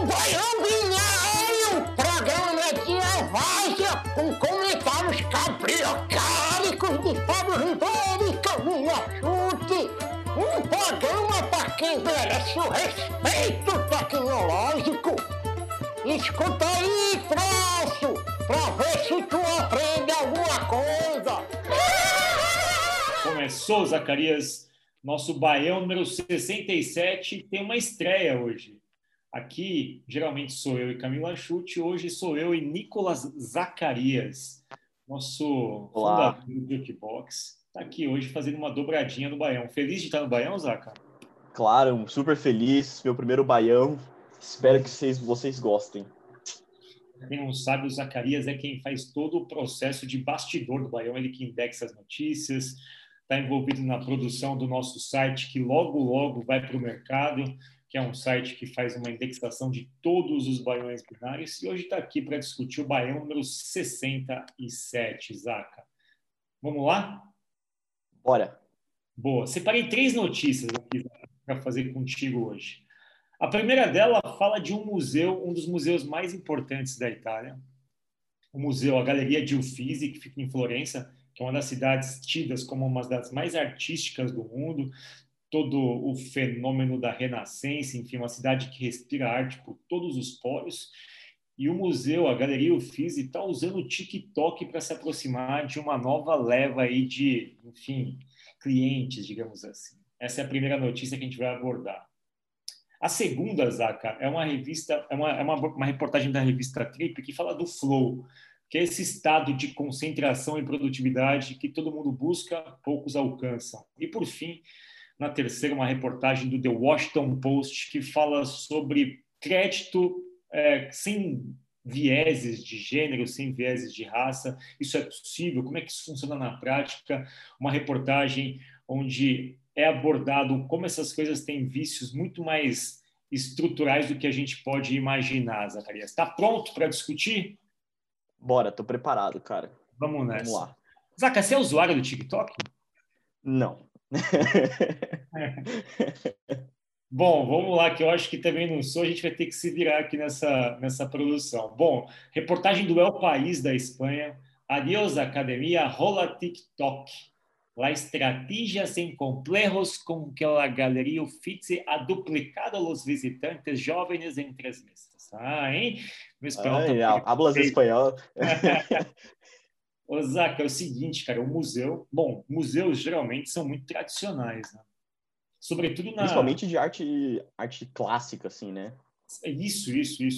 Baião Binário, programa de várzea com comentários cabriocálicos de Fábio Ribeiro e Camila Chute. Um programa para quem merece o respeito tecnológico. Escuta aí, troço, pra ver se tu aprende alguma coisa. Começou, Zacarias, nosso Baião número 67, tem uma estreia hoje. Aqui, geralmente sou eu e Camila Chute, hoje sou eu e Nicolas Zacarias, nosso fundador do Jukebox. Está aqui hoje fazendo uma dobradinha no Baião. Feliz de estar no Baião, Zaca? Claro, super feliz, meu primeiro Baião. Espero que vocês gostem. Quem não sabe, o Zacarias é quem faz todo o processo de bastidor do Baião, ele que indexa as notícias, está envolvido na produção do nosso site, que logo vai para o mercado, que é um site que faz uma indexação de todos os baiões binários, e hoje está aqui para discutir o Baião número 67, Zaca. Vamos lá? Bora. Boa. Separei 3 notícias aqui para fazer contigo hoje. A primeira dela fala de um museu, um dos museus mais importantes da Itália, o museu, a Galeria de Uffizi, que fica em Florença, que é uma das cidades tidas como uma das mais artísticas do mundo, todo o fenômeno da Renascença, enfim, uma cidade que respira arte por todos os poros. E o museu, a Galeria Uffizi, está usando o TikTok para se aproximar de uma nova leva aí de, enfim, clientes, digamos assim. Essa é a primeira notícia que a gente vai abordar. A segunda, Zaca, é uma reportagem da revista Trip que fala do flow, que é esse estado de concentração e produtividade que todo mundo busca, poucos alcançam. E, por fim, na terceira, uma reportagem do The Washington Post que fala sobre crédito sem vieses de gênero, sem vieses de raça. Isso é possível? Como é que isso funciona na prática? Uma reportagem onde é abordado como essas coisas têm vícios muito mais estruturais do que a gente pode imaginar, Zacarias. Está pronto para discutir? Bora, tô preparado, cara. Vamos nessa. Vamos lá. Zaca, você é usuário do TikTok? Não. Bom, vamos lá, que eu acho que também não sou, a gente vai ter que se virar aqui nessa produção. Bom, reportagem do El País da Espanha. Adiós, academia, rola TikTok. La estrategia sem complejos com que a Galeria Uffizi ha duplicado os visitantes jovens em 3 meses. Ah, hein? Meu espanhol tá... Hablas espanhol. Ô, Zaca, é o seguinte, cara, o museu... Bom, museus geralmente são muito tradicionais, né? Sobretudo Principalmente de arte clássica, assim, né? Isso.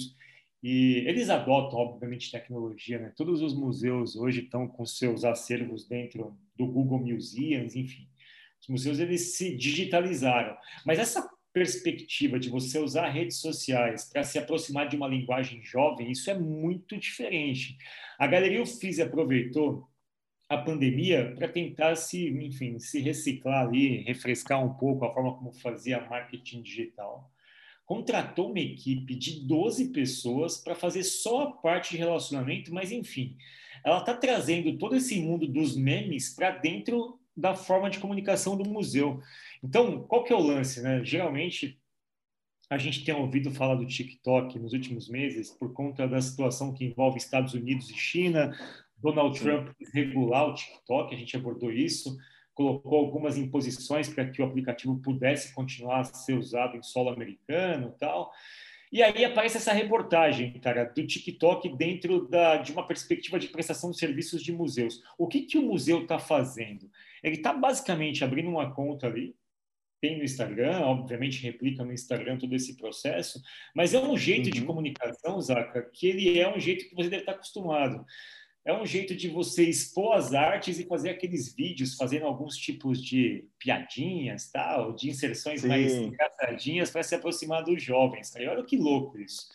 E eles adotam, obviamente, tecnologia, né? Todos os museus hoje estão com seus acervos dentro do Google Museums, enfim. Os museus, eles se digitalizaram. Mas essa perspectiva de você usar redes sociais para se aproximar de uma linguagem jovem, isso é muito diferente. A Galeria Uffizi aproveitou a pandemia para tentar se reciclar ali, refrescar um pouco a forma como fazia marketing digital. Contratou uma equipe de 12 pessoas para fazer só a parte de relacionamento, mas enfim, ela está trazendo todo esse mundo dos memes para dentro da forma de comunicação do museu. Então, qual que é o lance, né? Geralmente, a gente tem ouvido falar do TikTok nos últimos meses por conta da situação que envolve Estados Unidos e China. Donald Trump quis regular o TikTok, a gente abordou isso, colocou algumas imposições para que o aplicativo pudesse continuar a ser usado em solo americano e tal. E aí aparece essa reportagem, cara, do TikTok dentro de uma perspectiva de prestação de serviços de museus. O que o museu está fazendo? Ele está basicamente abrindo uma conta ali, tem no Instagram, obviamente replica no Instagram todo esse processo, mas é um jeito de comunicação, Zaca, que ele é um jeito que você deve estar acostumado. É um jeito de você expor as artes e fazer aqueles vídeos, fazendo alguns tipos de piadinhas, tal, de inserções mais engraçadinhas para se aproximar dos jovens. Cara. E olha que louco isso.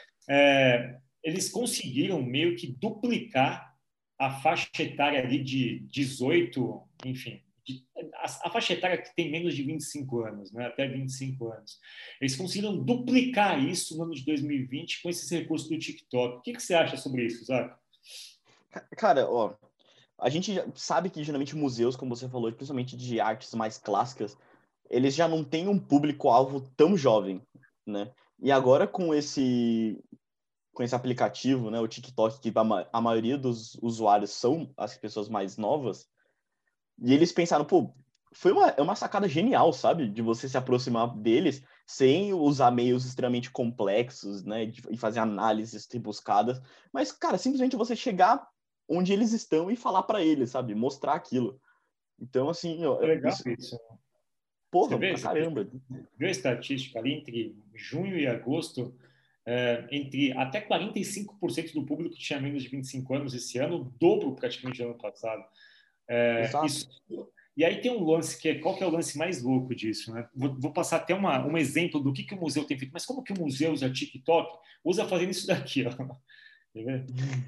Eles conseguiram meio que duplicar a faixa etária ali de 18, enfim, a faixa etária que tem menos de 25 anos, né? Até 25 anos. Eles conseguiram duplicar isso no ano de 2020 com esses recursos do TikTok. O que você acha sobre isso, Zaca? Cara, ó, a gente sabe que geralmente museus, como você falou, principalmente de artes mais clássicas, eles já não têm um público-alvo tão jovem, né? E agora com esse aplicativo, né, o TikTok, que a maioria dos usuários são as pessoas mais novas, e eles pensaram, pô, é uma sacada genial, sabe? De você se aproximar deles sem usar meios extremamente complexos, né? E fazer análises rebuscadas. Mas, cara, simplesmente você chegar onde eles estão e falar para eles, sabe? Mostrar aquilo. Então, assim, É legal isso. Você porra, vê, pra caramba. viu a estatística ali entre junho e agosto, entre até 45% do público que tinha menos de 25 anos esse ano, o dobro praticamente do ano passado. Exato. Isso. E aí tem um lance qual que é o lance mais louco disso, né? Vou passar até um exemplo do que o museu tem feito. Mas como que o museu usa TikTok? Usa fazendo isso daqui, ó. Quer ver?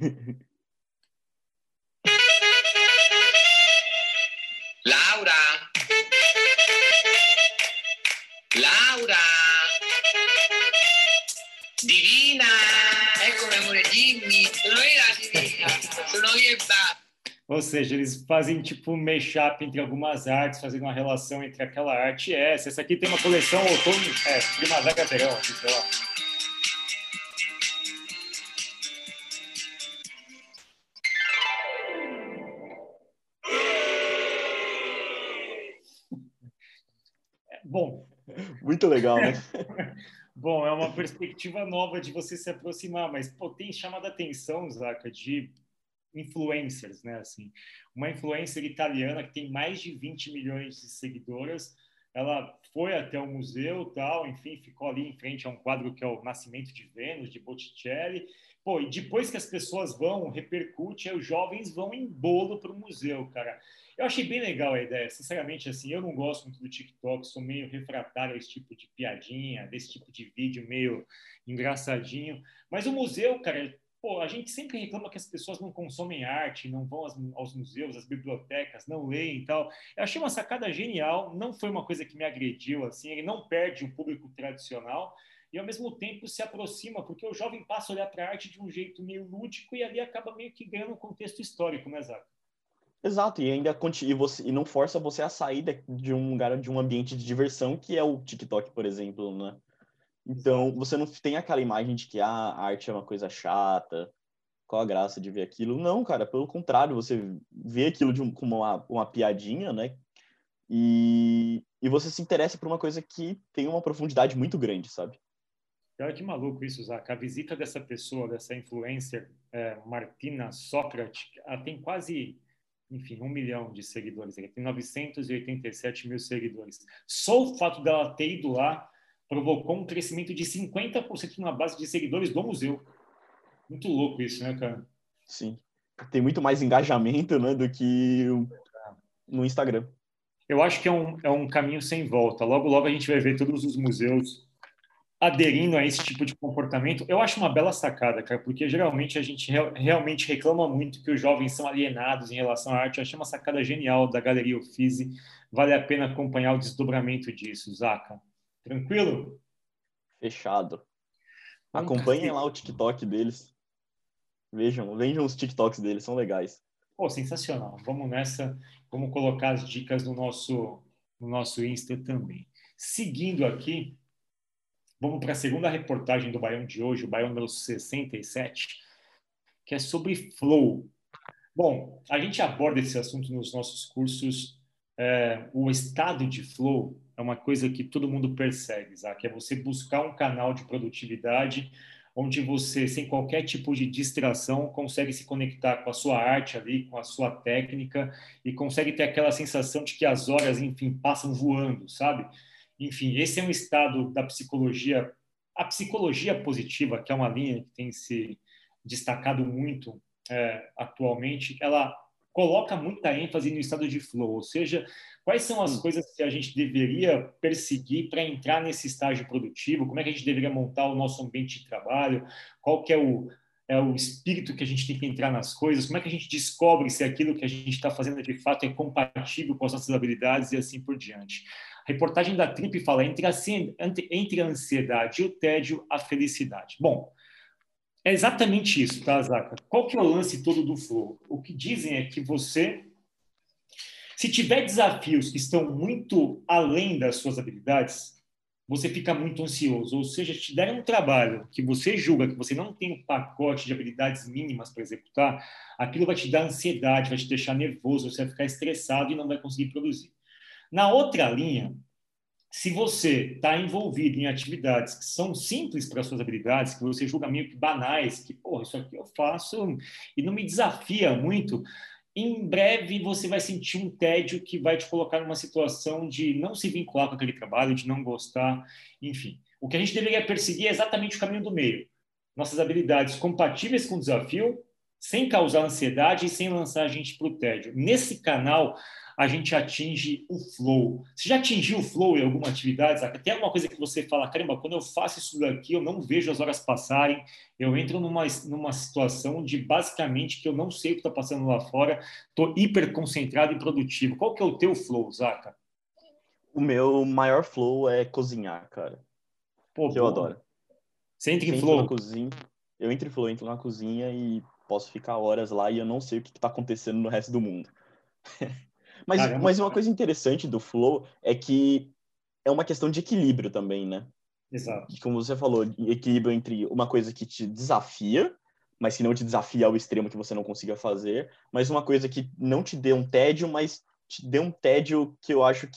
Laura! Laura! Divina! Eccomi amore, dimmi! Sono io la divina! Sono io e Babbo! Ou seja, eles fazem tipo um mashup entre algumas artes, fazendo uma relação entre aquela arte e essa. Essa aqui tem uma coleção outono, primavera, verão, aqui, sei lá. Bom. Muito legal, né? Bom, é uma perspectiva nova de você se aproximar, mas pô, tem chamado a atenção, Zaca, de influencers, né? Assim, uma influencer italiana que tem mais de 20 milhões de seguidoras, ela foi até o museu, tal, enfim, ficou ali em frente a um quadro que é o Nascimento de Vênus, de Botticelli. Pô, e depois que as pessoas vão, repercute, aí os jovens vão em bolo para o museu, cara. Eu achei bem legal a ideia. Sinceramente, assim, eu não gosto muito do TikTok, sou meio refratário a esse tipo de piadinha, desse tipo de vídeo meio engraçadinho. Mas o museu, cara, pô, a gente sempre reclama que as pessoas não consomem arte, não vão aos museus, às bibliotecas, não leem e tal. Eu achei uma sacada genial, não foi uma coisa que me agrediu, assim, ele não perde o público tradicional e, ao mesmo tempo, se aproxima, porque o jovem passa a olhar para a arte de um jeito meio lúdico e ali acaba meio que ganhando um contexto histórico, né, Zaca? Exato, e ainda e não força você a sair de um lugar, de um ambiente de diversão que é o TikTok, por exemplo, né? Então, Exato. você não tem aquela imagem de que a arte é uma coisa chata, qual a graça de ver aquilo? Não, cara, pelo contrário, você vê aquilo como uma piadinha, né? E você se interessa por uma coisa que tem uma profundidade muito grande, sabe? Olha que maluco isso, Zaca. A visita dessa pessoa, dessa influencer, Martina Sócrates, ela tem quase, enfim, 1 milhão de seguidores. Ela tem 987 mil seguidores. Só o fato dela ter ido lá provocou um crescimento de 50% na base de seguidores do museu. Muito louco isso, né, cara? Sim. Tem muito mais engajamento, né, do que no Instagram. Eu acho que é um caminho sem volta. Logo, logo a gente vai ver todos os museus aderindo a esse tipo de comportamento. Eu acho uma bela sacada, cara, porque geralmente a gente realmente reclama muito que os jovens são alienados em relação à arte. Eu achei uma sacada genial da Galeria Uffizi. Vale a pena acompanhar o desdobramento disso, Zaca. Tranquilo? Fechado. Vamos pra... Acompanhem lá o TikTok deles. Vejam os TikToks deles, são legais. Pô, sensacional. Vamos nessa. Vamos colocar as dicas no nosso Insta também. Seguindo aqui, vamos para a segunda reportagem do Baião de hoje, o Baião número 67, que é sobre flow. Bom, a gente aborda esse assunto nos nossos cursos. O estado de flow é uma coisa que todo mundo persegue, que é você buscar um canal de produtividade onde você, sem qualquer tipo de distração, consegue se conectar com a sua arte ali, com a sua técnica e consegue ter aquela sensação de que as horas, enfim, passam voando, sabe? Enfim, esse é um estado da psicologia, a psicologia positiva, que é uma linha que tem se destacado muito atualmente, ela coloca muita ênfase no estado de flow, ou seja, quais são as coisas que a gente deveria perseguir para entrar nesse estágio produtivo, como é que a gente deveria montar o nosso ambiente de trabalho, qual que é o espírito que a gente tem que entrar nas coisas, como é que a gente descobre se aquilo que a gente está fazendo de fato é compatível com as nossas habilidades e assim por diante. A reportagem da Trip fala entre a ansiedade e o tédio, a felicidade. Bom, é exatamente isso, tá, Zaca? Qual que é o lance todo do flow? O que dizem é que você, se tiver desafios que estão muito além das suas habilidades, você fica muito ansioso. Ou seja, te derem um trabalho que você julga que você não tem um pacote de habilidades mínimas para executar, aquilo vai te dar ansiedade, vai te deixar nervoso, você vai ficar estressado e não vai conseguir produzir. Na outra linha, se você está envolvido em atividades que são simples para suas habilidades, que você julga meio que banais, que, porra, isso aqui eu faço e não me desafia muito, em breve você vai sentir um tédio que vai te colocar numa situação de não se vincular com aquele trabalho, de não gostar, enfim. O que a gente deveria perseguir é exatamente o caminho do meio. Nossas habilidades compatíveis com o desafio, sem causar ansiedade e sem lançar a gente para o tédio. Nesse canal, a gente atinge o flow. Você já atingiu o flow em alguma atividade? Sabe? Tem alguma coisa que você fala, caramba, quando eu faço isso daqui, eu não vejo as horas passarem, eu entro numa situação de, basicamente, que eu não sei o que está passando lá fora, estou hiper concentrado e produtivo. Qual que é o teu flow, Zaca? O meu maior flow é cozinhar, cara. Pô, Que eu bom. adoro. Você entra em Você entra na flow? cozinha, eu entro em flow, entro na cozinha e posso ficar horas lá e eu não sei o que está acontecendo no resto do mundo. Caramba. Mas uma coisa interessante do flow é que é uma questão de equilíbrio também, né? Exato. Como você falou, equilíbrio entre uma coisa que te desafia, mas que não te desafia ao extremo que você não consiga fazer, mas uma coisa que não te dê um tédio, mas te dê um tédio que eu acho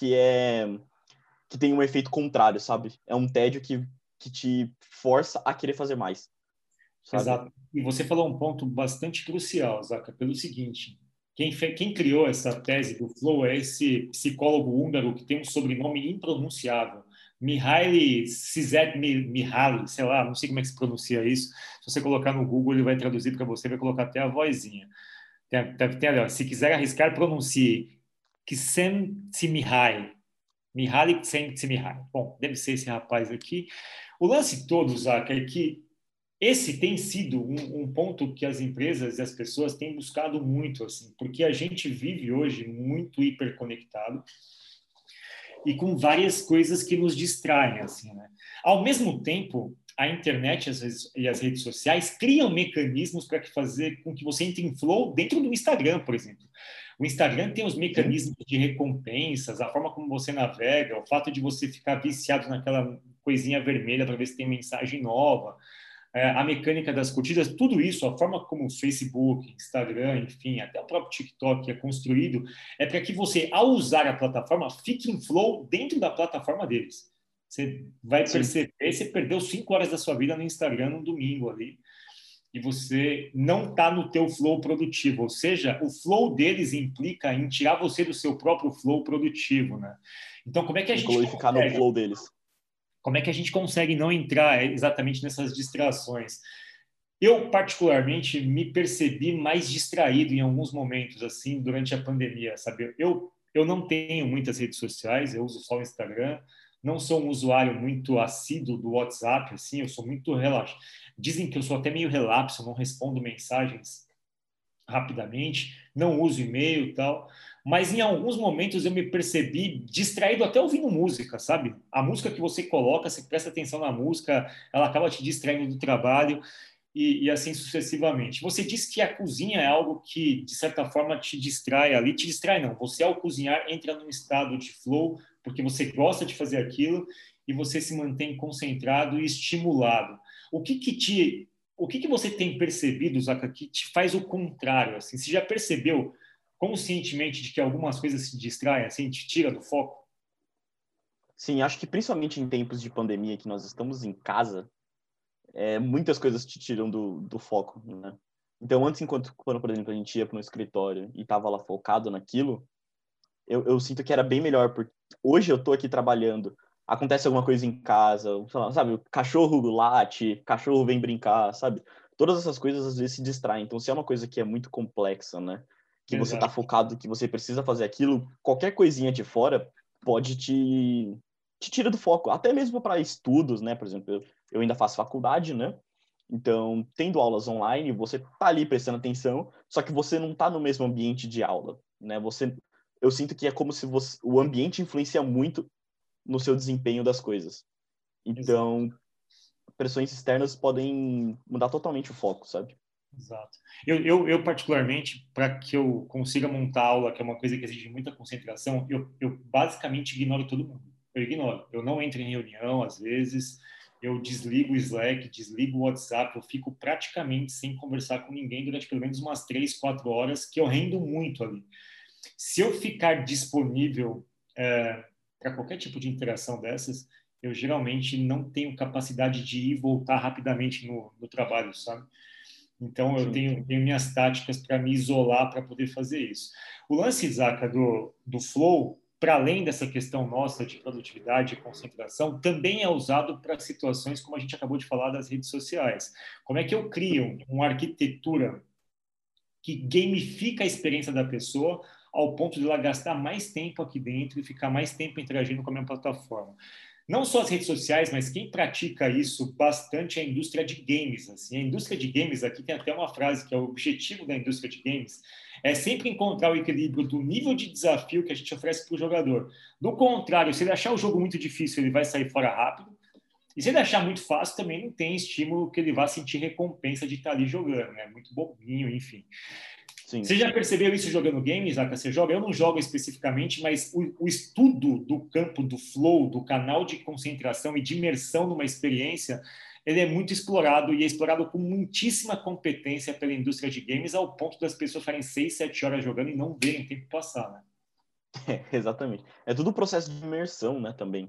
que tem um efeito contrário, sabe? É um tédio que te força a querer fazer mais, sabe? Exato. E você falou um ponto bastante crucial, Zaca, pelo seguinte: quem criou essa tese do flow é esse psicólogo húngaro que tem um sobrenome impronunciável, Mihaly Csikszentmihalyi, sei lá, não sei como é que se pronuncia isso. Se você colocar no Google, ele vai traduzir para você, vai colocar até a vozinha. Tem ali, ó, se quiser arriscar, pronuncie Csikszentmihalyi. Mihaly Csikszentmihalyi. Bom, deve ser esse rapaz aqui. O lance todo, Zaca, é que esse tem sido um ponto que as empresas e as pessoas têm buscado muito, assim, porque a gente vive hoje muito hiperconectado e com várias coisas que nos distraem, assim, né? Ao mesmo tempo, a internet e as redes sociais criam mecanismos para fazer com que você entre em flow dentro do Instagram, por exemplo. O Instagram tem os Sim. mecanismos de recompensas, a forma como você navega, o fato de você ficar viciado naquela coisinha vermelha para ver se tem mensagem nova, a mecânica das curtidas, tudo isso, a forma como o Facebook, Instagram, enfim, até o próprio TikTok é construído, é para que você, ao usar a plataforma, fique em flow dentro da plataforma deles. Você vai Sim. perceber, você perdeu 5 horas da sua vida no Instagram num domingo ali, e você não está no teu flow produtivo, ou seja, o flow deles implica em tirar você do seu próprio flow produtivo, né? Então, como é que a gente Ficar no consegue? flow deles. Como é que a gente consegue não entrar exatamente nessas distrações? Eu, particularmente, me percebi mais distraído em alguns momentos, assim, durante a pandemia, sabe? Eu não tenho muitas redes sociais, eu uso só o Instagram, não sou um usuário muito assíduo do WhatsApp, assim, eu sou muito relaxado. Dizem que eu sou até meio relapso, não respondo mensagens rapidamente, não uso e-mail e tal, mas em alguns momentos eu me percebi distraído até ouvindo música, sabe? A música que você coloca, você presta atenção na música, ela acaba te distraindo do trabalho e assim sucessivamente. Você disse que a cozinha é algo que, de certa forma, te distrai ali, te distrai não, você ao cozinhar entra num estado de flow, porque você gosta de fazer aquilo e você se mantém concentrado e estimulado. O que você tem percebido, Zaca, que te faz o contrário? Assim, você já percebeu conscientemente de que algumas coisas se distraem, assim, te tira do foco? Sim, acho que principalmente em tempos de pandemia que nós estamos em casa, muitas coisas te tiram do foco, né? Então, antes, quando, por exemplo, a gente ia para um escritório e estava lá focado naquilo, eu sinto que era bem melhor, porque hoje eu estou aqui trabalhando, acontece alguma coisa em casa, sei lá, sabe, o cachorro late, cachorro vem brincar, sabe? Todas essas coisas às vezes se distraem. Então, se é uma coisa que é muito complexa, né? Que você está Exato. focado, que você precisa fazer aquilo, qualquer coisinha de fora pode te tira do foco. Até mesmo para estudos, né? Por exemplo, eu ainda faço faculdade, né? Então, tendo aulas online, você tá ali prestando atenção, só que você não tá no mesmo ambiente de aula, né? Eu sinto que é como se o ambiente influencia muito no seu desempenho das coisas. Exato. Então, pressões externas podem mudar totalmente o foco, sabe? Exato. Eu particularmente, para que eu consiga montar aula, que é uma coisa que exige muita concentração, eu basicamente ignoro todo mundo. eu ignoro. Eu não entro em reunião, às vezes, eu desligo o Slack, desligo o WhatsApp, eu fico praticamente sem conversar com ninguém durante pelo menos umas 3, 4 horas, que eu rendo muito ali. Se eu ficar disponível para qualquer tipo de interação dessas, eu geralmente não tenho capacidade de ir e voltar rapidamente no trabalho, sabe? Então, eu Sim. tenho minhas táticas para me isolar para poder fazer isso. O lance, Zaca, do flow, para além dessa questão nossa de produtividade e concentração, também é usado para situações como a gente acabou de falar das redes sociais. Como é que eu crio uma arquitetura que gamifica a experiência da pessoa ao ponto de ela gastar mais tempo aqui dentro e ficar mais tempo interagindo com a minha plataforma? Não só as redes sociais, mas quem pratica isso bastante é a indústria de games. Assim. A indústria de games, aqui tem até uma frase que é o objetivo da indústria de games, é sempre encontrar o equilíbrio do nível de desafio que a gente oferece para o jogador. Do contrário, se ele achar o jogo muito difícil, ele vai sair fora rápido. E se ele achar muito fácil, também não tem estímulo que ele vá sentir recompensa de estar ali jogando, né? Muito bobinho, enfim. Sim. Você já percebeu isso jogando games, Aka? Você joga? Eu não jogo especificamente, mas o estudo do campo do flow, do canal de concentração e de imersão numa experiência, ele é muito explorado e é explorado com muitíssima competência pela indústria de games, ao ponto das pessoas ficarem 6, 7 horas jogando e não verem o tempo passar, né? Exatamente. É tudo o processo de imersão, né, também,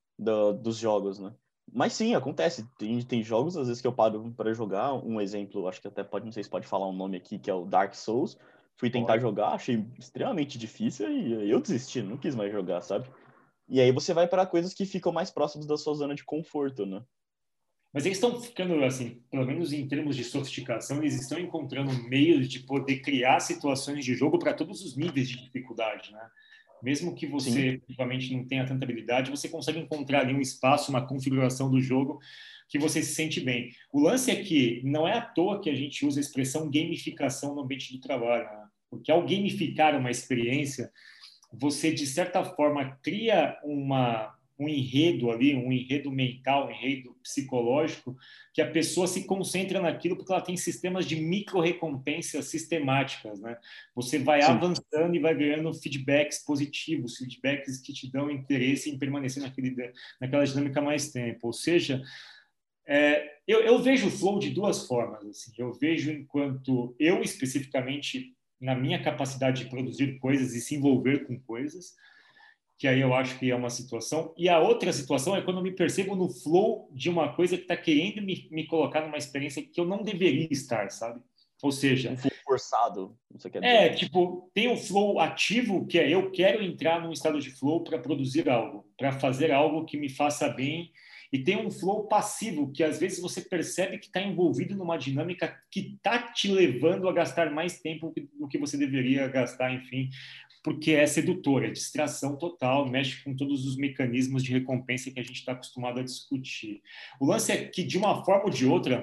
dos jogos, né? Mas sim, acontece. Tem jogos, às vezes, que eu paro para jogar. Um exemplo, acho que até pode, não sei se pode falar um nome aqui, que é o Dark Souls. Fui tentar jogar, achei extremamente difícil e eu desisti, não quis mais jogar, sabe? E aí você vai para coisas que ficam mais próximas da sua zona de conforto, né? Mas eles estão ficando, assim, pelo menos em termos de sofisticação, eles estão encontrando meios de poder criar situações de jogo para todos os níveis de dificuldade, né? Mesmo que você, efetivamente, não tenha tanta habilidade, você consegue encontrar ali um espaço, uma configuração do jogo que você se sente bem. O lance é que não é à toa que a gente usa a expressão gamificação no ambiente do trabalho, né? Porque ao gamificar uma experiência, você, de certa forma, cria um enredo ali, um enredo mental, um enredo psicológico, que a pessoa se concentra naquilo porque ela tem sistemas de micro-recompensas sistemáticas, né? Você vai Sim. avançando e vai ganhando feedbacks positivos, feedbacks que te dão interesse em permanecer naquela dinâmica mais tempo. Ou seja, eu vejo o flow de duas formas. Assim. Eu vejo enquanto eu, especificamente, na minha capacidade de produzir coisas e se envolver com coisas, que aí eu acho que é uma situação. E a outra situação é quando eu me percebo no flow de uma coisa que está querendo me colocar numa experiência que eu não deveria estar, sabe? Ou seja, Um flow forçado, você quer dizer? tipo, tem o flow ativo, que é eu quero entrar num estado de flow para produzir algo, para fazer algo que me faça bem. E tem um flow passivo, que às vezes você percebe que está envolvido numa dinâmica que está te levando a gastar mais tempo do que você deveria gastar, enfim, porque é sedutor, é distração total, mexe com todos os mecanismos de recompensa que a gente está acostumado a discutir. O lance é que, de uma forma ou de outra,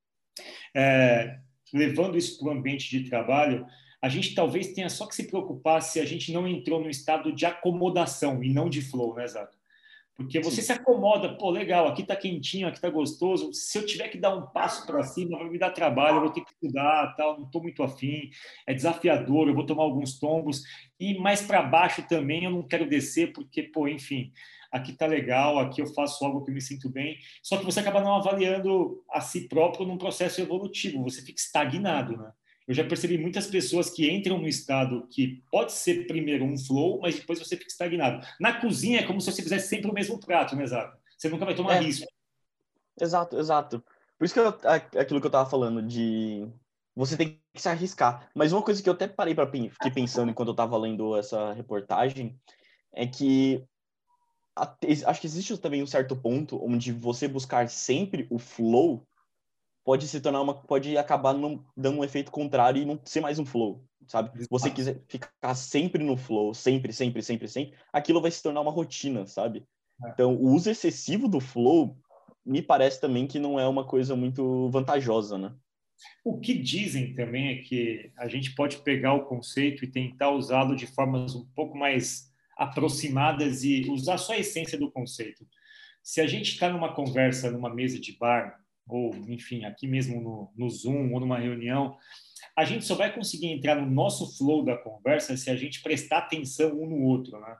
levando isso para o ambiente de trabalho, a gente talvez tenha só que se preocupar se a gente não entrou num estado de acomodação e não de flow, né, Zaca? Porque você se acomoda, pô, legal, aqui tá quentinho, aqui tá gostoso. Se eu tiver que dar um passo para cima, vai me dar trabalho, eu vou ter que estudar, tal, não estou muito afim, é desafiador, eu vou tomar alguns tombos. E mais para baixo também eu não quero descer, porque, pô, enfim, aqui tá legal, aqui eu faço algo que eu me sinto bem. Só que você acaba não avaliando a si próprio num processo evolutivo, você fica estagnado, né? Eu já percebi muitas pessoas que entram no estado que pode ser primeiro um flow, mas depois você fica estagnado. Na cozinha é como se você fizesse sempre o mesmo prato, né, Zaca? Você nunca vai tomar risco. Exato, exato. Por isso que aquilo que eu tava falando de você tem que se arriscar. Mas uma coisa que eu até parei para fiquei pensando enquanto eu tava lendo essa reportagem é que acho que existe também um certo ponto onde você buscar sempre o flow pode se tornar pode acabar dando um efeito contrário e não ser mais um flow, sabe? Você quiser ficar sempre no flow, sempre, aquilo vai se tornar uma rotina, sabe? Então, o uso excessivo do flow me parece também que não é uma coisa muito vantajosa, né? O que dizem também é que a gente pode pegar o conceito e tentar usá-lo de formas um pouco mais aproximadas e usar só a essência do conceito. Se a gente está numa conversa, numa mesa de bar, ou, enfim, aqui mesmo no Zoom ou numa reunião, a gente só vai conseguir entrar no nosso flow da conversa se a gente prestar atenção um no outro, né?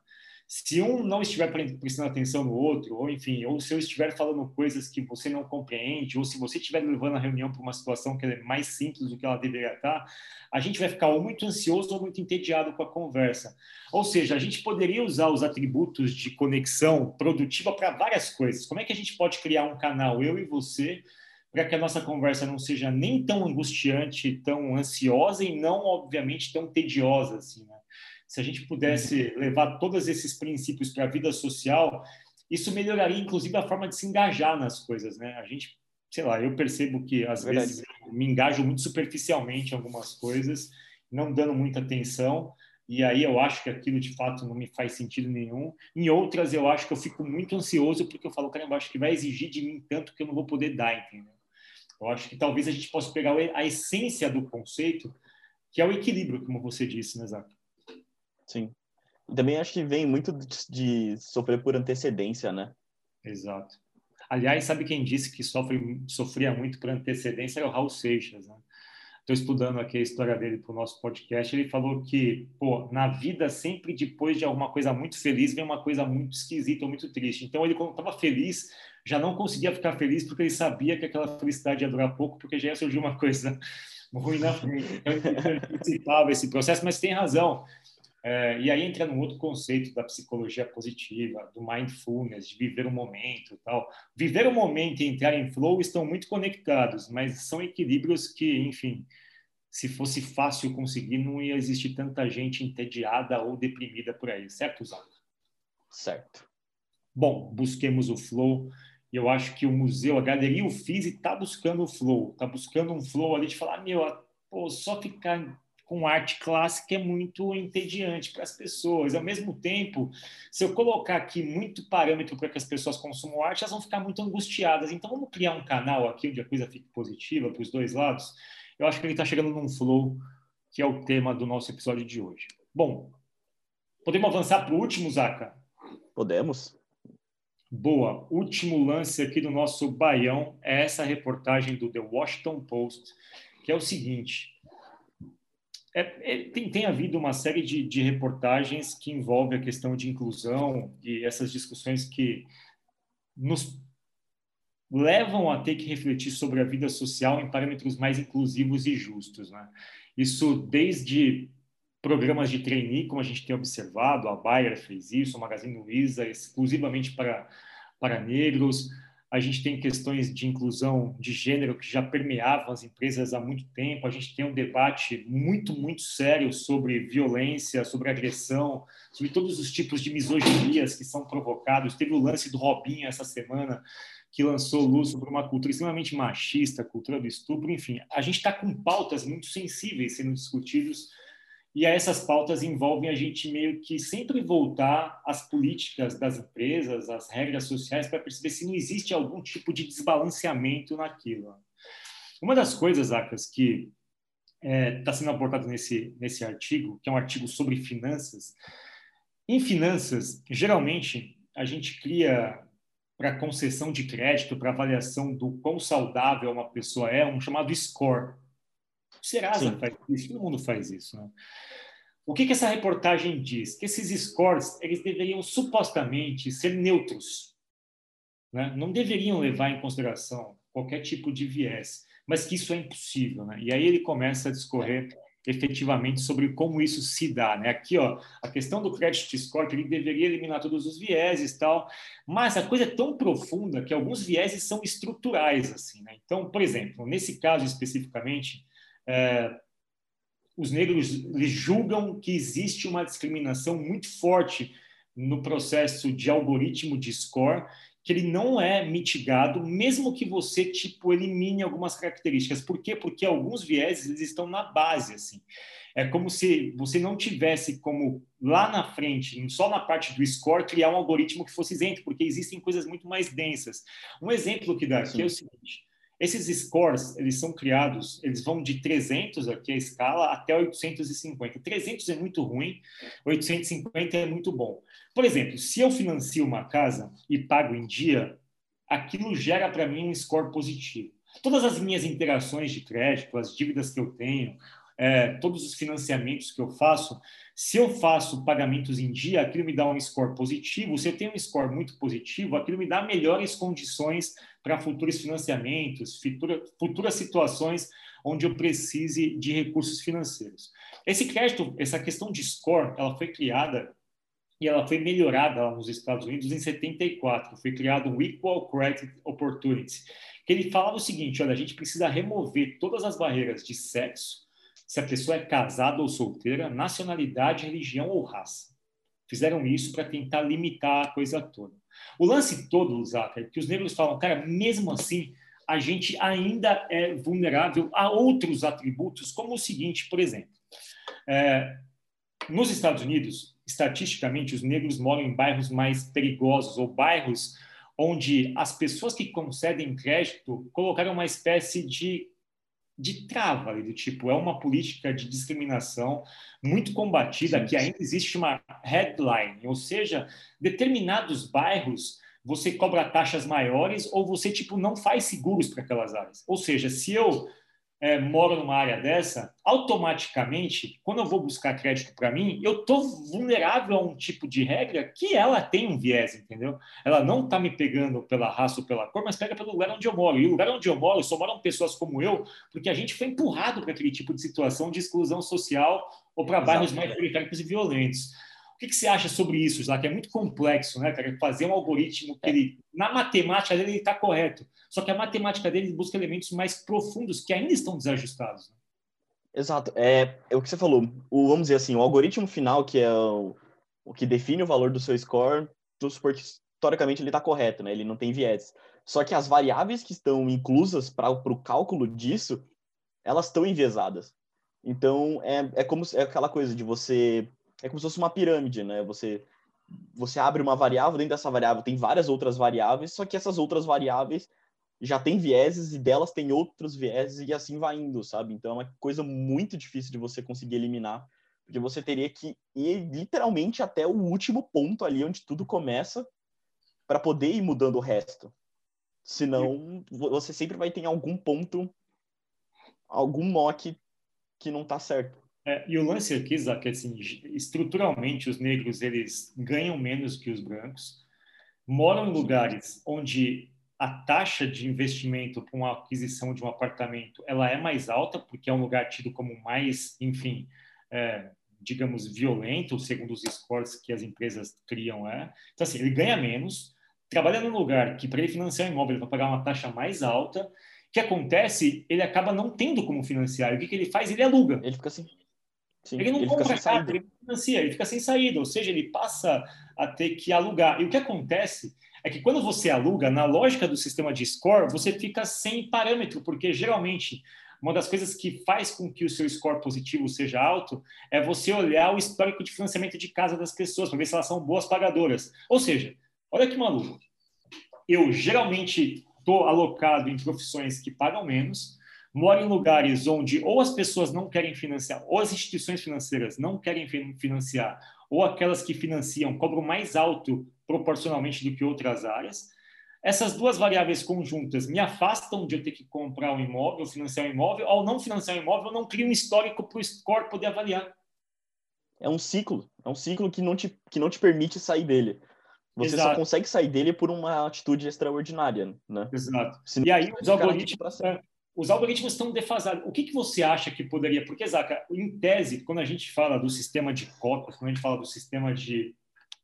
Se um não estiver prestando atenção no outro, ou enfim, ou se eu estiver falando coisas que você não compreende, ou se você estiver levando a reunião para uma situação que é mais simples do que ela deveria estar, a gente vai ficar ou muito ansioso ou muito entediado com a conversa. Ou seja, a gente poderia usar os atributos de conexão produtiva para várias coisas. Como é que a gente pode criar um canal, eu e você, para que a nossa conversa não seja nem tão angustiante, tão ansiosa e não, obviamente, tão tediosa assim, né? Se a gente pudesse levar todos esses princípios para a vida social, isso melhoraria, inclusive, a forma de se engajar nas coisas, né? A gente, sei lá, eu percebo que, às vezes, eu me engajo muito superficialmente em algumas coisas, não dando muita atenção, e aí eu acho que aquilo, de fato, não me faz sentido nenhum. Em outras, eu acho que eu fico muito ansioso, porque eu falo, caramba, acho que vai exigir de mim tanto que eu não vou poder dar, entendeu? Eu acho que talvez a gente possa pegar a essência do conceito, que é o equilíbrio, como você disse, né, Zac? Sim. E também acho que vem muito de sofrer por antecedência, né? Exato. Aliás, sabe quem disse que sofria muito por antecedência? Era o Raul Seixas, né? Estou estudando aqui a história dele para o nosso podcast. Ele falou que, pô, na vida, sempre depois de alguma coisa muito feliz, vem uma coisa muito esquisita ou muito triste. Então, ele, quando estava feliz, já não conseguia ficar feliz porque ele sabia que aquela felicidade ia durar pouco, porque já ia surgir uma coisa ruim na frente. Então, ele antecipava esse processo, mas tem razão. E aí entra num outro conceito da psicologia positiva, do mindfulness, de viver o momento e tal. Viver o momento e entrar em flow estão muito conectados, mas são equilíbrios que, enfim, se fosse fácil conseguir, não ia existir tanta gente entediada ou deprimida por aí, certo, Zac? Certo. Bom, busquemos o flow. E eu acho que o museu, a Galeria Uffizi está buscando o flow, está buscando um flow ali de falar, pô, só ficar com arte clássica é muito entediante para as pessoas. Ao mesmo tempo, se eu colocar aqui muito parâmetro para que as pessoas consumam arte, elas vão ficar muito angustiadas. Então, vamos criar um canal aqui onde a coisa fique positiva para os dois lados. Eu acho que ele está chegando num flow, que é o tema do nosso episódio de hoje. Bom, podemos avançar para o último, Zaca? Podemos? Boa. Último lance aqui do nosso Baião é essa reportagem do The Washington Post, que é o seguinte... Tem havido uma série de reportagens que envolvem a questão de inclusão e essas discussões que nos levam a ter que refletir sobre a vida social em parâmetros mais inclusivos e justos, né? Isso desde programas de trainee, como a gente tem observado, a Bayer fez isso, a Magazine Luiza, exclusivamente para negros. A gente tem questões de inclusão de gênero que já permeavam as empresas há muito tempo. A gente tem um debate muito, muito sério sobre violência, sobre agressão, sobre todos os tipos de misoginias que são provocados. Teve o lance do Robinho essa semana, que lançou luz sobre uma cultura extremamente machista, a cultura do estupro. Enfim, a gente está com pautas muito sensíveis sendo discutidas, e essas pautas envolvem a gente meio que sempre voltar às políticas das empresas, às regras sociais, para perceber se não existe algum tipo de desbalanceamento naquilo. Uma das coisas, Acas, que está sendo abordado nesse artigo, que é um artigo sobre finanças. Em finanças, geralmente, a gente cria, para concessão de crédito, para avaliação do quão saudável uma pessoa é, um chamado score. O Serasa faz isso, todo mundo faz isso, né? O que essa reportagem diz? Que esses scores, eles deveriam supostamente ser neutros, né? Não deveriam levar em consideração qualquer tipo de viés, mas que isso é impossível, né? E aí ele começa a discorrer efetivamente sobre como isso se dá, né? Aqui, ó, a questão do credit score, que ele deveria eliminar todos os vieses e tal, mas a coisa é tão profunda que alguns vieses são estruturais, assim, né? Então, por exemplo, nesse caso especificamente, os negros eles julgam que existe uma discriminação muito forte no processo de algoritmo de score, que ele não é mitigado, mesmo que você elimine algumas características. Por quê? Porque alguns vieses eles estão na base, assim. É como se você não tivesse como, lá na frente, só na parte do score, criar um algoritmo que fosse isento, porque existem coisas muito mais densas. Um exemplo que dá aqui é o seguinte: esses scores, eles são criados, eles vão de 300, aqui a escala, até 850. 300 é muito ruim, 850 é muito bom. Por exemplo, se eu financio uma casa e pago em dia, aquilo gera para mim um score positivo. Todas as minhas interações de crédito, as dívidas que eu tenho, todos os financiamentos que eu faço, se eu faço pagamentos em dia, aquilo me dá um score positivo. Se eu tenho um score muito positivo, aquilo me dá melhores condições para futuros financiamentos, futuras situações onde eu precise de recursos financeiros. Esse crédito, essa questão de score, ela foi criada e ela foi melhorada lá nos Estados Unidos em 74. Foi criado um Equal Credit Opportunity, que ele falava o seguinte: olha, a gente precisa remover todas as barreiras de sexo, se a pessoa é casada ou solteira, nacionalidade, religião ou raça. Fizeram isso para tentar limitar a coisa toda. O lance todo, Zaca, é que os negros falam, cara, mesmo assim, a gente ainda é vulnerável a outros atributos, como o seguinte, por exemplo, nos Estados Unidos, estatisticamente, os negros moram em bairros mais perigosos ou bairros onde as pessoas que concedem crédito colocaram uma espécie de trava, do tipo, é uma política de discriminação muito combatida, sim, que ainda existe uma headline, ou seja, determinados bairros você cobra taxas maiores ou você tipo não faz seguros para aquelas áreas. Ou seja, se eu moro numa área dessa, automaticamente, quando eu vou buscar crédito para mim, eu estou vulnerável a um tipo de regra que ela tem um viés, entendeu? Ela não está me pegando pela raça ou pela cor, mas pega pelo lugar onde eu moro. E o lugar onde eu moro só moram pessoas como eu, porque a gente foi empurrado para aquele tipo de situação de exclusão social ou para bairros mais periféricos e violentos. O que você acha sobre isso, já que é muito complexo, né, cara? Fazer um algoritmo que ele, na matemática dele, ele está correto. Só que a matemática dele busca elementos mais profundos que ainda estão desajustados. Né? Exato. É o que você falou. Vamos dizer assim, o algoritmo final, que é o que define o valor do seu score, supor que historicamente ele está correto, né? Ele não tem viés. Só que as variáveis que estão inclusas para o cálculo disso, elas estão enviesadas. Então, é aquela coisa de você... É como se fosse uma pirâmide, né? Você abre uma variável, dentro dessa variável tem várias outras variáveis, só que essas outras variáveis já têm vieses e delas tem outros vieses e assim vai indo, sabe? Então é uma coisa muito difícil de você conseguir eliminar, porque você teria que ir literalmente até o último ponto ali onde tudo começa para poder ir mudando o resto. Senão, você sempre vai ter em algum ponto algum nó que não tá certo. E o lance aqui, Zac, é assim, estruturalmente os negros eles ganham menos que os brancos, moram em lugares onde a taxa de investimento para uma aquisição de um apartamento ela é mais alta, porque é um lugar tido como mais, enfim, digamos, violento, segundo os scores que as empresas criam. Então, assim, ele ganha menos, trabalha num lugar que, para ele financiar um imóvel, ele vai pagar uma taxa mais alta. O que acontece? Ele acaba não tendo como financiar. E o que ele faz? Ele aluga. Ele fica assim. Sim, ele não compra casa, ele financia, ele fica sem saída, ou seja, ele passa a ter que alugar. E o que acontece é que quando você aluga, na lógica do sistema de score, você fica sem parâmetro, porque geralmente uma das coisas que faz com que o seu score positivo seja alto é você olhar o histórico de financiamento de casa das pessoas, para ver se elas são boas pagadoras. Ou seja, olha que maluco. Eu geralmente estou alocado em profissões que pagam menos, moro em lugares onde ou as pessoas não querem financiar, ou as instituições financeiras não querem financiar, ou aquelas que financiam cobram mais alto proporcionalmente do que outras áreas. Essas duas variáveis conjuntas me afastam de eu ter que comprar um imóvel, financiar um imóvel. Ao não financiar um imóvel, eu não crio um histórico para o score poder avaliar. É um ciclo que não te permite sair dele. Você Exato. Só consegue sair dele por uma atitude extraordinária, né? Exato. E aí os algoritmos estão defasados. O que você acha que poderia... Porque, Zaca, em tese, quando a gente fala do sistema de cotas, quando a gente fala do sistema de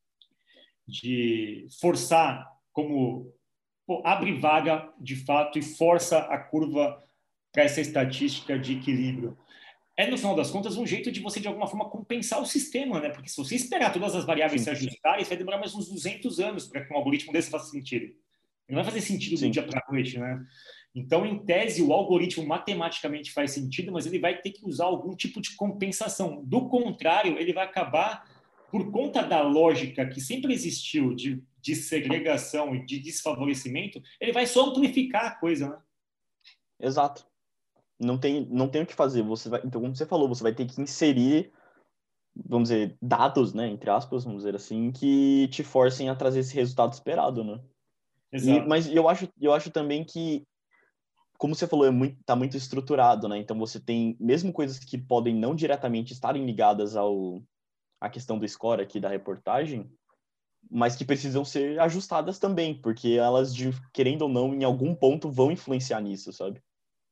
forçar como... abre vaga, de fato, e força a curva para essa estatística de equilíbrio. No final das contas, um jeito de você, de alguma forma, compensar o sistema, né? Porque se você esperar todas as variáveis se ajustarem, vai demorar mais uns 200 anos para que um algoritmo desse faça sentido. Ele não vai fazer sentido do dia para a noite, né? Então, em tese, o algoritmo matematicamente faz sentido, mas ele vai ter que usar algum tipo de compensação. Do contrário, ele vai acabar, por conta da lógica que sempre existiu de segregação e de desfavorecimento, ele vai só amplificar a coisa, né? Exato. Não tem o que fazer. Então, como você falou, você vai ter que inserir, vamos dizer, dados, né, entre aspas, vamos dizer assim, que te forcem a trazer esse resultado esperado, né? Exato. Mas eu acho também que como você falou, tá muito estruturado, né? Então você tem, mesmo coisas que podem não diretamente estarem ligadas à questão do score aqui da reportagem, mas que precisam ser ajustadas também, porque elas, querendo ou não, em algum ponto vão influenciar nisso, sabe?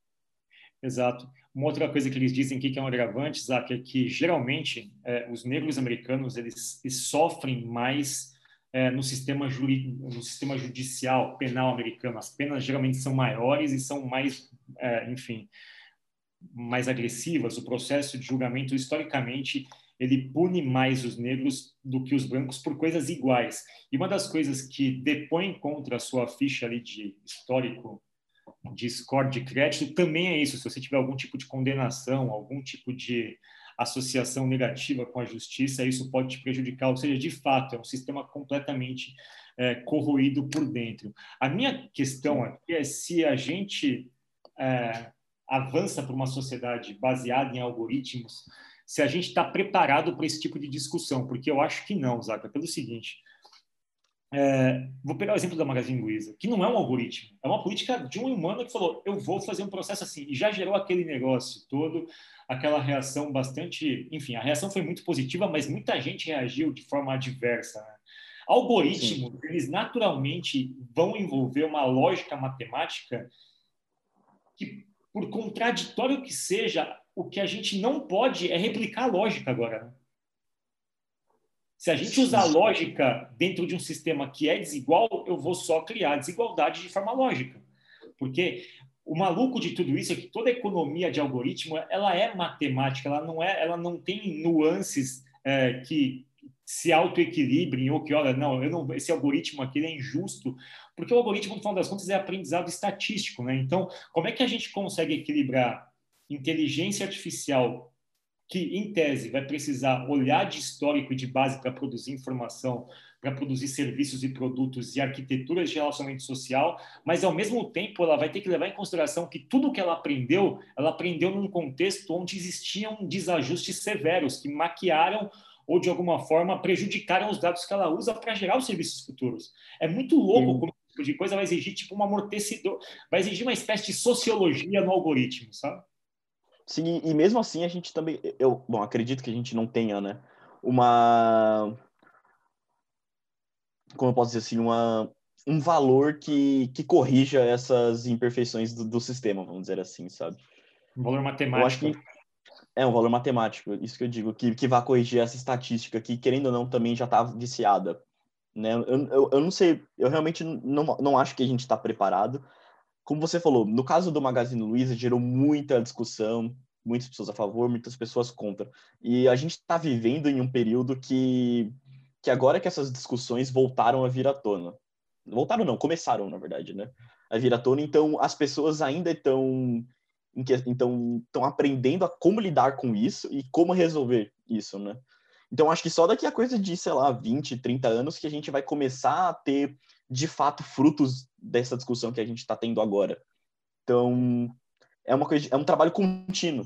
Exato. Uma outra coisa que eles dizem aqui que é um agravante, Isaac, é que geralmente os negros americanos eles sofrem mais no sistema judicial penal americano. As penas geralmente são maiores e são mais, enfim, mais agressivas. O processo de julgamento, historicamente, ele pune mais os negros do que os brancos por coisas iguais. E uma das coisas que depõe contra a sua ficha ali de histórico de score de crédito também é isso. Se você tiver algum tipo de condenação, algum tipo de associação negativa com a justiça, isso pode te prejudicar. Ou seja, de fato, é um sistema completamente corroído por dentro. A minha questão aqui é se a gente avança para uma sociedade baseada em algoritmos, se a gente está preparado para esse tipo de discussão, porque eu acho que não, Zaca, pelo seguinte... vou pegar o exemplo da Magazine Luiza, que não é um algoritmo, é uma política de um humano que falou, eu vou fazer um processo assim, e já gerou aquele negócio todo, aquela reação bastante... Enfim, a reação foi muito positiva, mas muita gente reagiu de forma adversa, né? Algoritmos, eles naturalmente vão envolver uma lógica matemática que, por contraditório que seja, o que a gente não pode é replicar a lógica agora, né? Se a gente usar lógica dentro de um sistema que é desigual, eu vou só criar desigualdade de forma lógica. Porque o maluco de tudo isso é que toda economia de algoritmo ela é matemática, ela não tem nuances que se autoequilibrem ou que, olha, esse algoritmo aqui é injusto, porque o algoritmo, no final das contas, é aprendizado estatístico, né? Então, como é que a gente consegue equilibrar inteligência artificial que, em tese, vai precisar olhar de histórico e de base para produzir informação, para produzir serviços e produtos e arquiteturas de relacionamento social, mas, ao mesmo tempo, ela vai ter que levar em consideração que tudo que ela aprendeu num contexto onde existiam desajustes severos que maquiaram ou, de alguma forma, prejudicaram os dados que ela usa para gerar os serviços futuros. É muito louco como esse tipo de coisa vai exigir tipo um amortecedor, vai exigir uma espécie de sociologia no algoritmo, sabe? Sim, e mesmo assim a gente também, bom, acredito que a gente não tenha, né, como eu posso dizer assim, um valor que corrija essas imperfeições do sistema, vamos dizer assim, sabe? Um valor matemático. Eu acho que é um valor matemático, isso que eu digo, que vai corrigir essa estatística que, querendo ou não, também já está viciada, né? Eu não sei, eu realmente não acho que a gente está preparado. Como você falou, no caso do Magazine Luiza, gerou muita discussão, muitas pessoas a favor, muitas pessoas contra. E a gente está vivendo em um período que agora que essas discussões voltaram a vir à tona. Voltaram não, começaram, na verdade, né? A vir à tona, então as pessoas ainda estão aprendendo a como lidar com isso e como resolver isso, né? Então, acho que só daqui a coisa de, sei lá, 20, 30 anos que a gente vai começar a ter, de fato, frutos dessa discussão que a gente está tendo agora. Então, é um trabalho contínuo.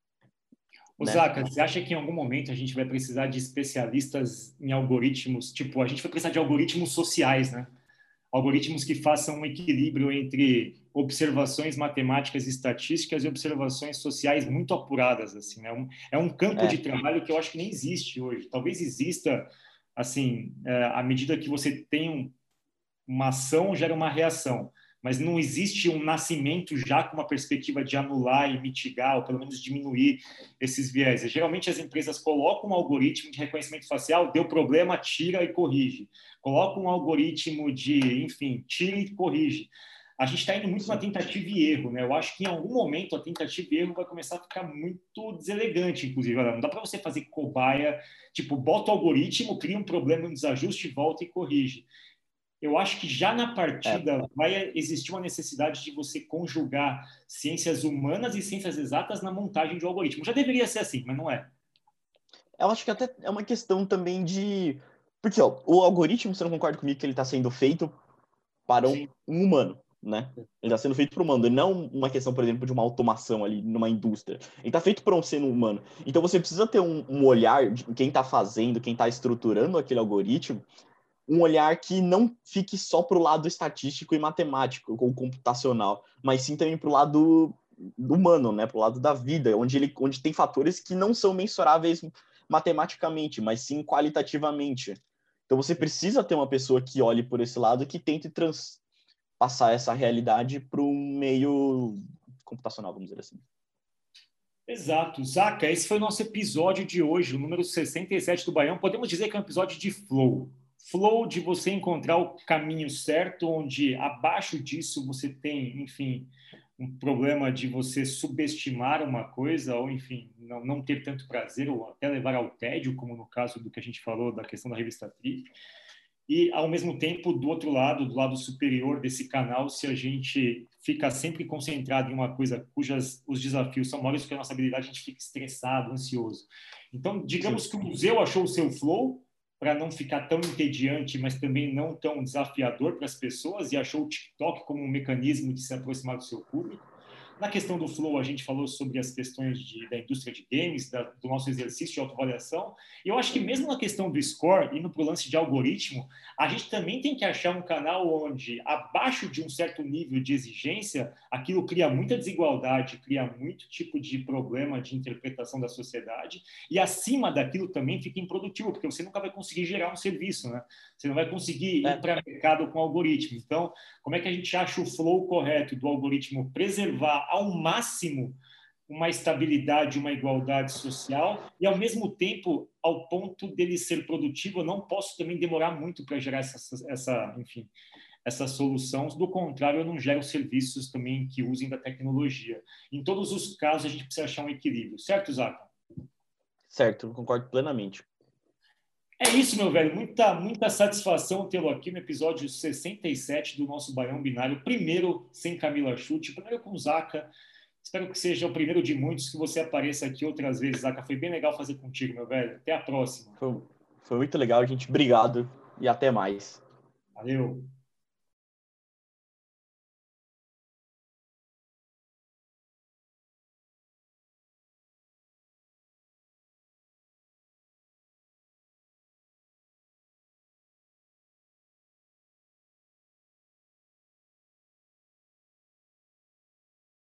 Né? Zaca, você acha que em algum momento a gente vai precisar de especialistas em algoritmos? Tipo, a gente vai precisar de algoritmos sociais, né? Algoritmos que façam um equilíbrio entre observações matemáticas e estatísticas e observações sociais muito apuradas, assim, né? É um campo de trabalho que eu acho que nem existe hoje. Talvez exista, assim, à medida que você tem uma ação, gera uma reação, mas não existe um nascimento já com uma perspectiva de anular e mitigar, ou pelo menos diminuir esses vieses. Geralmente as empresas colocam um algoritmo de reconhecimento facial, deu problema, tira e corrige. Coloca um algoritmo de, enfim, tira e corrige. A gente está indo muito na tentativa e erro, né? Eu acho que em algum momento a tentativa e erro vai começar a ficar muito deselegante, inclusive. Não dá para você fazer cobaia, tipo, bota o algoritmo, cria um problema, um desajuste, volta e corrige. Eu acho que já na partida vai existir uma necessidade de você conjugar ciências humanas e ciências exatas na montagem de um algoritmo. Já deveria ser assim, mas não é. Eu acho que até é uma questão também de... Porque o algoritmo, você não concorda comigo que ele está sendo feito para um humano, né? Ele está sendo feito para um humano, e não uma questão, por exemplo, de uma automação ali numa indústria. Ele está feito para um ser humano. Então você precisa ter um olhar de quem está fazendo, quem está estruturando aquele algoritmo, um olhar que não fique só para o lado estatístico e matemático ou computacional, mas sim também para o lado humano, né? Para o lado da vida, onde tem fatores que não são mensuráveis matematicamente, mas sim qualitativamente. Então você precisa ter uma pessoa que olhe por esse lado e que tente passar essa realidade para um meio computacional, vamos dizer assim. Exato. Zaca, esse foi o nosso episódio de hoje, o número 67 do Baião. Podemos dizer que é um episódio de flow. Flow de você encontrar o caminho certo, onde abaixo disso você tem, enfim, um problema de você subestimar uma coisa, ou, enfim, não ter tanto prazer, ou até levar ao tédio, como no caso do que a gente falou da questão da revista Trip. E, ao mesmo tempo, do outro lado, do lado superior desse canal, se a gente fica sempre concentrado em uma coisa os desafios são maiores que a nossa habilidade, a gente fica estressado, ansioso. Então, digamos que o museu achou o seu flow para não ficar tão entediante, mas também não tão desafiador para as pessoas, e achou o TikTok como um mecanismo de se aproximar do seu público. Na questão do flow, a gente falou sobre as questões da indústria de games, do nosso exercício de autoavaliação. E eu acho que mesmo na questão do score, indo para o lance de algoritmo, a gente também tem que achar um canal onde, abaixo de um certo nível de exigência, aquilo cria muita desigualdade, cria muito tipo de problema de interpretação da sociedade, e acima daquilo também fica improdutivo, porque você nunca vai conseguir gerar um serviço, né? Você não vai conseguir ir para o mercado com algoritmo. Então, como é que a gente acha o flow correto do algoritmo preservar ao máximo uma estabilidade, uma igualdade social, e ao mesmo tempo, ao ponto dele ser produtivo, eu não posso também demorar muito para gerar essa solução. Do contrário, eu não gero serviços também que usem da tecnologia. Em todos os casos, a gente precisa achar um equilíbrio. Certo, Zaca? Certo, concordo plenamente. É isso, meu velho. Muita satisfação tê-lo aqui no episódio 67 do nosso Baião Binário. Primeiro sem Camila Chute, primeiro com o Zaca. Espero que seja o primeiro de muitos, que você apareça aqui outras vezes, Zaca. Foi bem legal fazer contigo, meu velho. Até a próxima. Foi muito legal, gente. Obrigado e até mais. Valeu.